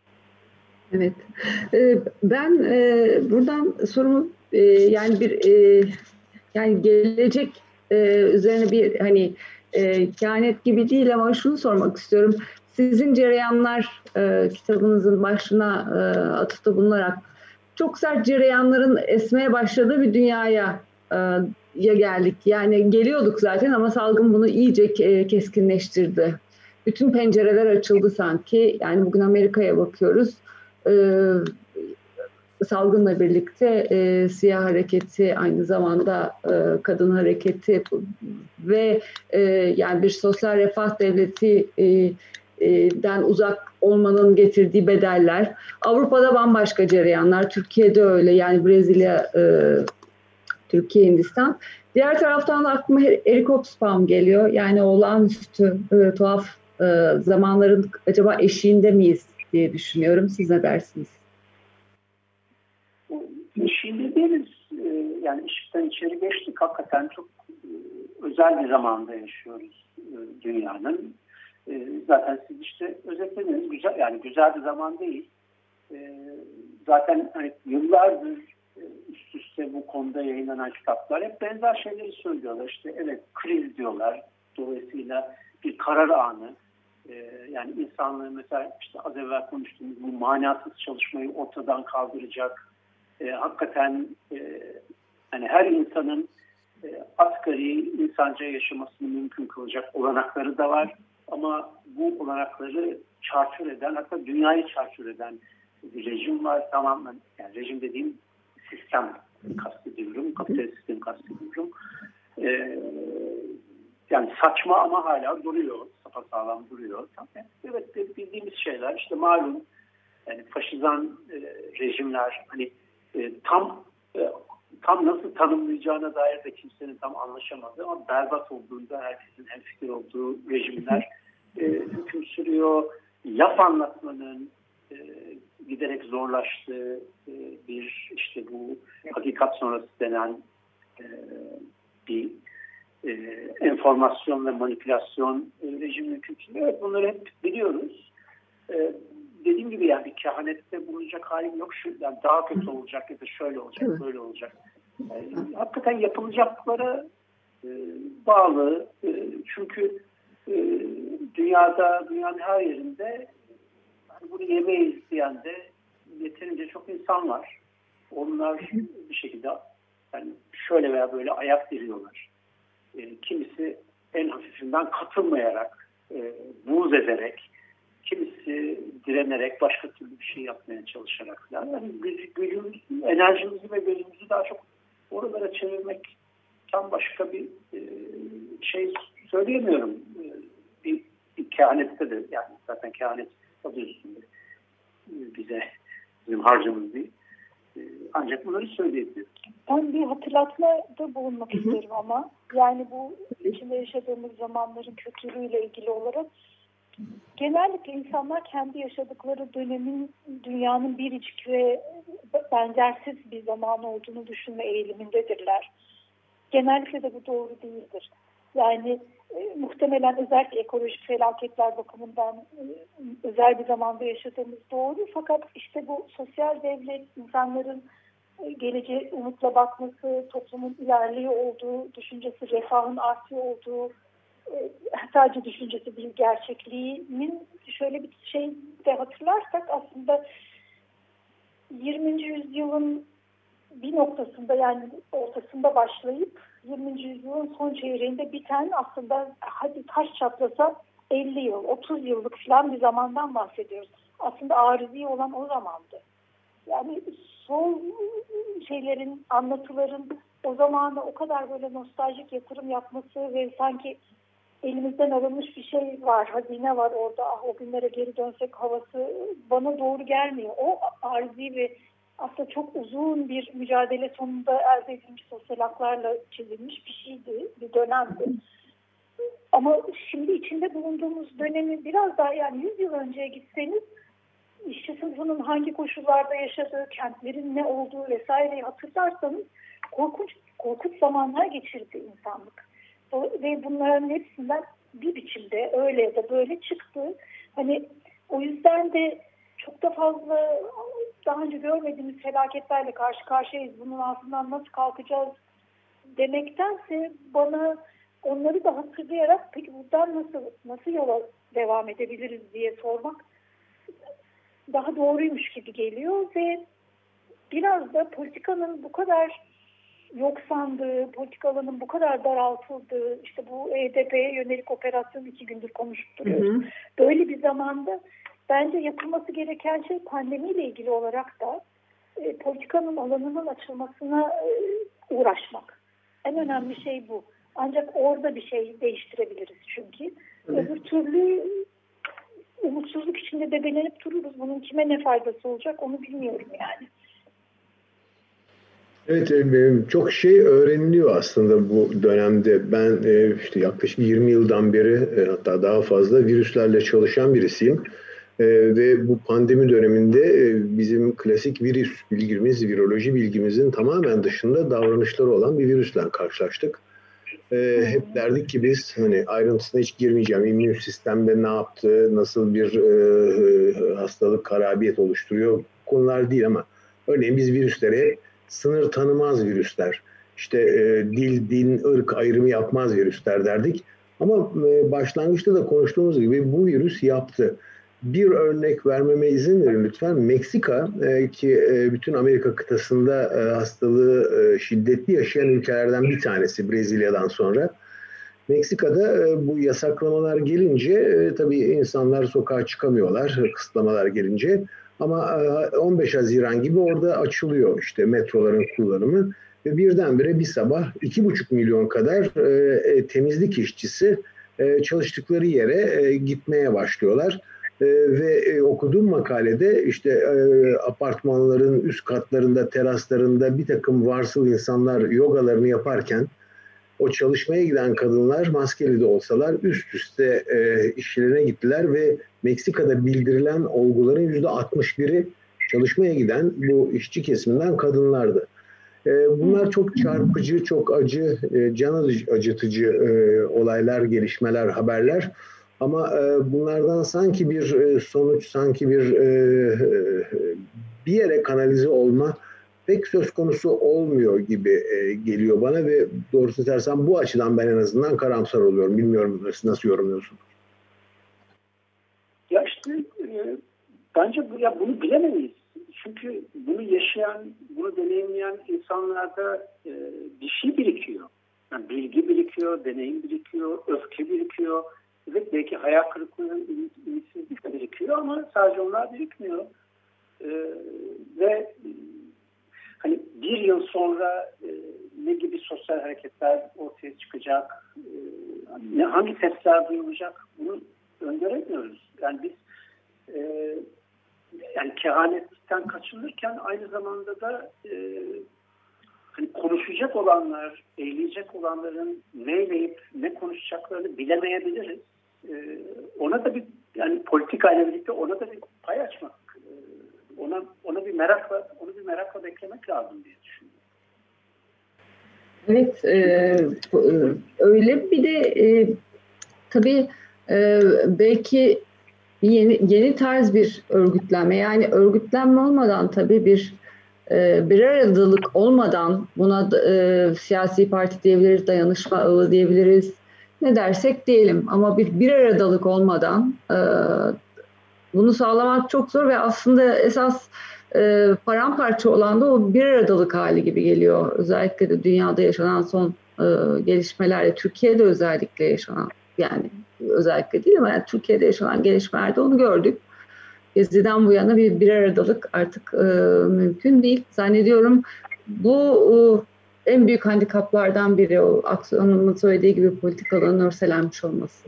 Evet. Ee, ben e, buradan sorumu e, yani bir e, yani gelecek e, üzerine bir hani e, kehanet gibi değil ama şunu sormak istiyorum. Sizin Cereyanlar e, kitabınızın başına e, atıfta bulunarak çok sert cereyanların esmeye başladığı bir dünyaya e, ya geldik. Yani geliyorduk zaten ama salgın bunu iyice e, keskinleştirdi. Bütün pencereler açıldı sanki. Yani bugün Amerika'ya bakıyoruz. E, salgınla birlikte e, siyah hareketi, aynı zamanda e, kadın hareketi ve e, yani bir sosyal refah devleti e, den uzak olmanın getirdiği bedeller. Avrupa'da bambaşka cereyanlar, Türkiye'de öyle. Yani Brezilya, e, Türkiye, Hindistan. Diğer taraftan da aklıma Eric Hobsbawm geliyor. Yani olağanüstü, e, tuhaf e, zamanların acaba eşiğinde miyiz diye düşünüyorum. Siz ne dersiniz? Eşiğinde değiliz. Yani ışıktan içeri geçtik. Hakikaten çok özel bir zamanda yaşıyoruz dünyanın. Zaten siz işte özetlediniz, güzel, yani güzel bir zaman değil. Zaten hani yıllardır üst üste bu konuda yayınlanan kitaplar hep benzer şeyleri söylüyorlar. İşte evet, kriz diyorlar. Dolayısıyla bir karar anı. Yani insanlığı mesela işte az evvel konuştuğumuz bu manasız çalışmayı ortadan kaldıracak. Hakikaten yani her insanın asgari insanca yaşamasını mümkün kılacak olanakları da var. Ama bu olanakları çarçur eden, hatta dünyayı çarçur eden bir rejim var. Tamamen, yani rejim dediğim sistem kastediyorum, kapitalist sistem kastediyorum. Ee, yani saçma ama hala duruyor, sapasağlam duruyor. Evet, bildiğimiz şeyler, işte malum yani faşizan e, rejimler, hani e, tam e, tam nasıl tanımlayacağına dair de kimsenin tam anlaşamadığı ama berbat olduğunda herkesin hemfikir olduğu rejimler e, hüküm sürüyor. Laf anlatmanın e, giderek zorlaştığı e, bir işte bu hakikat sonrası denen e, bir e, enformasyon ve manipülasyon e, rejimi hüküm sürüyor. Evet, bunları hep biliyoruz. E, dediğim gibi yani bir kehanette bulunacak halim yok. Şu, yani daha kötü olacak ya da şöyle olacak, böyle olacak. Yani, hakikaten yapılacaklara e, bağlı. E, çünkü e, dünyada, dünyanın her yerinde yani bunu yemeyi isteyen de yeterince çok insan var. Onlar bir şekilde yani şöyle veya böyle ayak diriyorlar. E, kimisi en hafifinden katılmayarak, e, buğz ederek, kimisi direnerek, başka türlü bir şey yapmaya çalışarak falan. Yani gücümüz, enerjimizi ve gözümüzü daha çok oralara çevirmek tam başka bir e, şey söyleyemiyorum. E, bir, bir kehanette de, yani zaten kehanet adı üstünde e, bize, bizim harcımız değil. E, ancak bunları söyleyebilirim. Ben bir hatırlatmada bulunmak isterim ama yani bu içinde yaşadığımız zamanların kötülüğüyle ilgili olarak genellikle insanlar kendi yaşadıkları dönemin dünyanın biricik ve benzersiz bir zaman olduğunu düşünme eğilimindedirler. Genellikle de bu doğru değildir. Yani e, muhtemelen özellikle ekolojik felaketler bakımından e, özel bir zamanda yaşadığımız doğru. Fakat işte bu sosyal devlet, insanların e, geleceğe umutla bakması, toplumun ilerliyor olduğu düşüncesi, refahın artıyor olduğu, e, sadece düşüncesi değil gerçekliğinin şöyle bir şey de hatırlarsak aslında yirminci yüzyılın bir noktasında, yani ortasında başlayıp yirminci yüzyılın son çeyreğinde biten, aslında hadi taş çatlasa elli yıl, otuz yıllık falan bir zamandan bahsediyoruz. Aslında arızi olan o zamandı. Yani sol şeylerin, anlatıların o zamana o kadar böyle nostaljik yatırım yapması ve sanki elimizden alınmış bir şey var, hazine var orada, ah, o günlere geri dönsek havası bana doğru gelmiyor. O arızi ve aslında çok uzun bir mücadele sonunda elde edilmiş sosyal haklarla çizilmiş bir şeydi, bir dönemdi. Ama şimdi içinde bulunduğumuz dönemi biraz daha, yani yüz yıl önceye gitseniz işçi sınıfının hangi koşullarda yaşadığı, kentlerin ne olduğu vesaireyi hatırlarsanız korkunç, korkunç zamanlar geçirdi insanlık. Ve bunların hepsinden bir biçimde öyle ya da böyle çıktı. Hani o yüzden de çok da fazla daha önce görmediğimiz felaketlerle karşı karşıyayız. Bunun altından nasıl kalkacağız demektense bana onları da hatırlayarak peki buradan nasıl nasıl yola devam edebiliriz diye sormak daha doğruymuş gibi geliyor ve biraz da politikanın bu kadar yok sandığı, politika alanının bu kadar daraltıldığı, işte bu E D P'ye yönelik operasyon iki gündür konuşup duruyoruz. Hı hı. Böyle bir zamanda bence yapılması gereken şey pandemiyle ilgili olarak da e, politikanın alanının açılmasına e, uğraşmak. En önemli şey bu. Ancak orada bir şey değiştirebiliriz çünkü. Hı. Öbür türlü umutsuzluk içinde debelenip dururuz. Bunun kime ne faydası olacak onu bilmiyorum yani. Evet, çok şey öğreniliyor aslında bu dönemde. Ben işte yaklaşık yirmi yıldan beri, hatta daha fazla virüslerle çalışan birisiyim. Ve bu pandemi döneminde bizim klasik virüs bilgimiz, viroloji bilgimizin tamamen dışında davranışları olan bir virüsle karşılaştık. Hep derdik ki biz, hani ayrıntısına hiç girmeyeceğim, immün sistemde ne yaptı, nasıl bir hastalık, harabiyet oluşturuyor konular değil ama örneğin biz virüslere sınır tanımaz virüsler, işte e, dil, din, ırk ayrımı yapmaz virüsler derdik. Ama e, başlangıçta da konuştuğumuz gibi bu virüs yaptı. Bir örnek vermeme izin verin lütfen. Meksika e, ki e, bütün Amerika kıtasında e, hastalığı e, şiddetli yaşayan ülkelerden bir tanesi Brezilya'dan sonra. Meksika'da e, bu yasaklamalar gelince e, tabii insanlar sokağa çıkamıyorlar, kısıtlamalar gelince. Ama on beş Haziran gibi orada açılıyor işte metroların kullanımı ve birdenbire bir sabah iki buçuk milyon kadar e, temizlik işçisi e, çalıştıkları yere e, gitmeye başlıyorlar. E, ve e, okuduğum makalede işte e, apartmanların üst katlarında, teraslarında bir takım varsıl insanlar yogalarını yaparken o çalışmaya giden kadınlar maskeli de olsalar üst üste e, işlerine gittiler ve Meksika'da bildirilen olguların yüzde altmış biri çalışmaya giden bu işçi kesiminden kadınlardı. E, bunlar çok çarpıcı, çok acı, e, can acıtıcı e, olaylar, gelişmeler, haberler. Ama e, bunlardan sanki bir e, sonuç, sanki bir e, bir yere kanalize olma pek söz konusu olmuyor gibi e, geliyor bana ve doğrusu dersen bu açıdan ben en azından karamsar oluyorum. Bilmiyorum nasıl, nasıl yorumluyorsun? Ya işte e, bence bu, ya bunu bilemeyiz. Çünkü bunu yaşayan, bunu deneyimleyen insanlarda e, bir şey birikiyor. Yani bilgi birikiyor, deneyim birikiyor, öfke birikiyor. Evet, belki hayal kırıklığı, ümitsizlik de birikiyor ama sadece onlar birikmiyor. E, ve hani bir yıl sonra e, ne gibi sosyal hareketler ortaya çıkacak, e, ne hangi tepkiler duyulacak bunu öngöremiyoruz. Yani biz e, yani kehanetten kaçınırken aynı zamanda da e, hani konuşacak olanlar, eğleyecek olanların neyleyip ne konuşacaklarını bilemeyebiliriz. E, ona da bir yani politikayla birlikte ona da bir pay açmak, ona ona bir merakla onu bir merakla beklemek lazım diye düşünüyorum. Evet, e, öyle bir de e, tabii e, belki yeni yeni tarz bir örgütlenme, yani örgütlenme olmadan tabii bir e, bir aradalık olmadan buna e, siyasi parti diyebiliriz, dayanışma ağı diyebiliriz, ne dersek diyelim, ama bir bir aradalık olmadan e, bunu sağlamak çok zor ve aslında esas e, paramparça olan da o bir aradalık hali gibi geliyor. Özellikle de dünyada yaşanan son e, gelişmelerle, Türkiye'de özellikle yaşanan, yani özellikle değil ama yani Türkiye'de yaşanan gelişmelerde onu gördük. Gezi'den bu yana bir bir aradalık artık e, mümkün değil. Zannediyorum bu e, en büyük handikaplardan biri, o Aksu'nun söylediği gibi politikaların örselenmiş olması.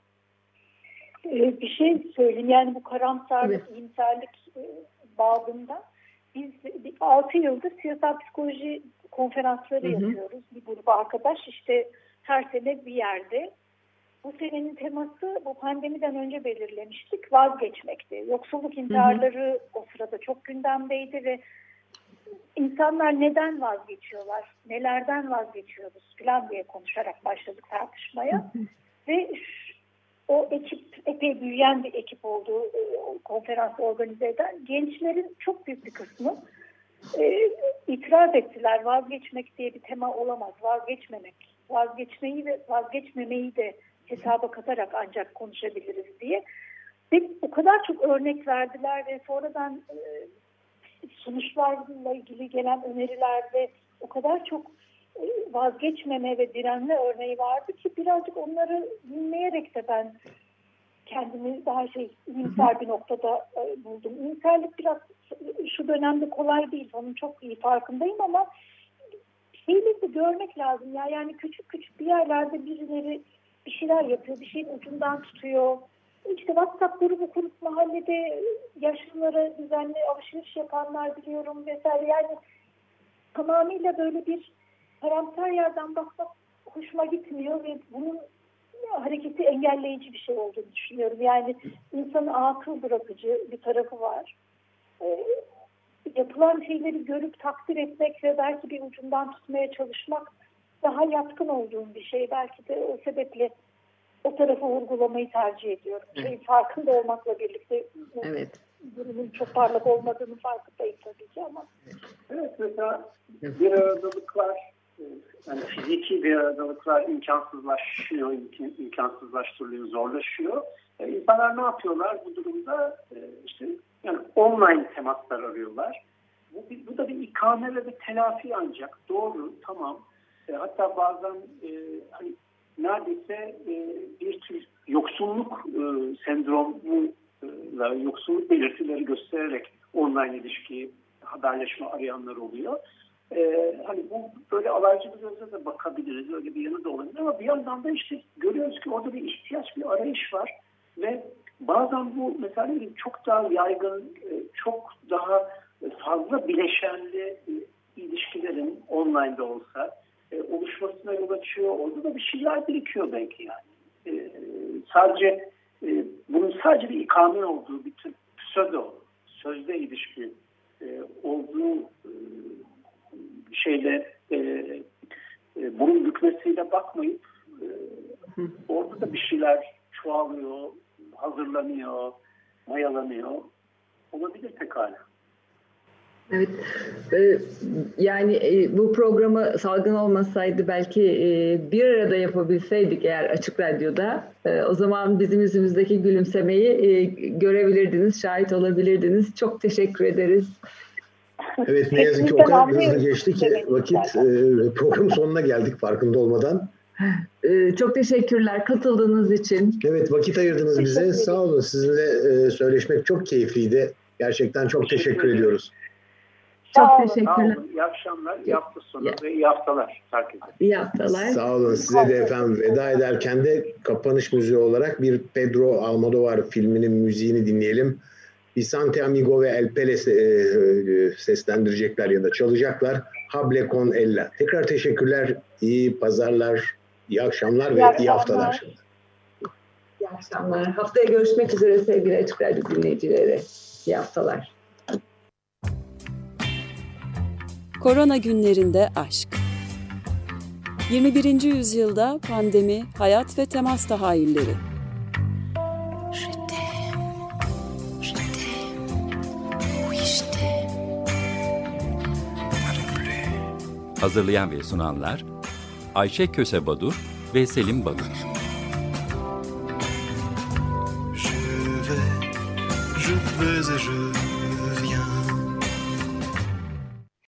Bir şey söyleyeyim, yani bu karamsarlık, iyimserlik bağında biz altı yıldır siyasal psikoloji konferansları, hı hı, yapıyoruz. Bir grup arkadaş işte her sene bir yerde. Bu senenin teması bu pandemiden önce belirlemiştik, vazgeçmekti. Yoksulluk intiharları, hı hı, o sırada çok gündemdeydi ve insanlar neden vazgeçiyorlar, nelerden vazgeçiyoruz falan diye konuşarak başladık tartışmaya. Hı hı. Ve o ekip epey büyüyen bir ekip oldu, o konferansı organize eden. Gençlerin çok büyük bir kısmı e, itiraz ettiler. Vazgeçmek diye bir tema olamaz. Vazgeçmemek. Vazgeçmeyi ve vazgeçmemeyi de hesaba katarak ancak konuşabiliriz diye. Ve o kadar çok örnek verdiler ve sonradan e, sonuçlarla ilgili gelen önerilerde o kadar çok vazgeçmeme ve direnme örneği vardı ki birazcık onları dinleyerek de ben kendimi daha şey iyimser bir noktada e, buldum. İyimserlik biraz şu dönemde kolay değil. Onun çok iyi farkındayım ama şeyleri de görmek lazım. Ya yani küçük küçük bir yerlerde birileri bir şeyler yapıyor, bir şeyin ucundan tutuyor. İşte WhatsApp grubu kurup mahallede yaşlılara düzenli alışveriş yapanlar biliyorum vesaire. Yani tamamıyla böyle bir karamsar yerden bakmak hoşuma gitmiyor ve bunun hareketi engelleyici bir şey olduğunu düşünüyorum. Yani insanı akıl bırakıcı bir tarafı var. E, yapılan şeyleri görüp takdir etmek ve belki bir ucundan tutmaya çalışmak daha yatkın olduğum bir şey. Belki de o sebeple o tarafı vurgulamayı tercih ediyorum. Evet. Şeyin farkında olmakla birlikte evet, durumun çok parlak olmadığını farkındayım tabii ki ama. Evet, mesela bir aradalıklar, yani fiziki bir aradalıklar imkansızlaşıyor, imkan, imkansızlaştırılıyor, zorlaşıyor. E, insanlar ne yapıyorlar bu durumda? E, işte yani online temaslar arıyorlar. Bu, bu da bir ikame ve bir telafi ancak. Doğru, tamam. E, hatta bazen e, hani neredeyse e, bir tür yoksulluk e, sendromu, e, yoksulluk belirtileri göstererek online ilişki, haberleşme arayanlar oluyor. Ee, hani bu böyle alaycı bir gözle de bakabiliriz, öyle bir yanı da olabilir ama bir yandan da işte görüyoruz ki orada bir ihtiyaç, bir arayış var ve bazen bu mesela çok daha yaygın, çok daha fazla bileşenli ilişkilerin online'da olsa oluşmasına yol açıyor. Orada da bir şeyler birikiyor belki yani. Ee, sadece bunun sadece bir ikame olduğu bir tür pseudo, sözde ilişki olduğu şeyle e, e, bunun bükmesiyle bakmayıp e, orada da bir şeyler çoğalıyor, hazırlanıyor, mayalanıyor. Olabilir pekala. Evet. Ee, yani e, bu programı salgın olmasaydı belki e, bir arada yapabilseydik eğer Açık Radyo'da e, o zaman bizim yüzümüzdeki gülümsemeyi e, görebilirdiniz, şahit olabilirdiniz. Çok teşekkür ederiz. Evet, ne yazık ki o kadar hızlı geçti ki vakit, e, programın sonuna geldik farkında olmadan. E, çok teşekkürler katıldığınız için. Evet, vakit ayırdınız bize. Sağ olun. Sizinle e, söyleşmek çok keyifliydi. Gerçekten çok teşekkür, teşekkür ediyoruz. Çok Sağ teşekkürler. Sağ olun. İyi akşamlar, iyi hafta sonu ve iyi haftalar herkese. İyi haftalar. Sağ olun. Size de efendim veda ederken de kapanış müziği olarak bir Pedro Almodóvar filminin müziğini dinleyelim. Vicente Amigo ve El Pele seslendirecekler ya da çalacaklar. Hable con ella. Tekrar teşekkürler. İyi pazarlar, iyi akşamlar iyi ve akşamlar. iyi haftalar. İyi akşamlar. Haftaya görüşmek üzere sevgili Açık Radyo dinleyicileri. İyi haftalar. Korona günlerinde aşk. yirmi birinci yüzyılda pandemi, hayat ve temas tahayyülleri. Hazırlayan ve sunanlar Ayşe Köse Badur ve Selim Badur. Je vais, je vais et je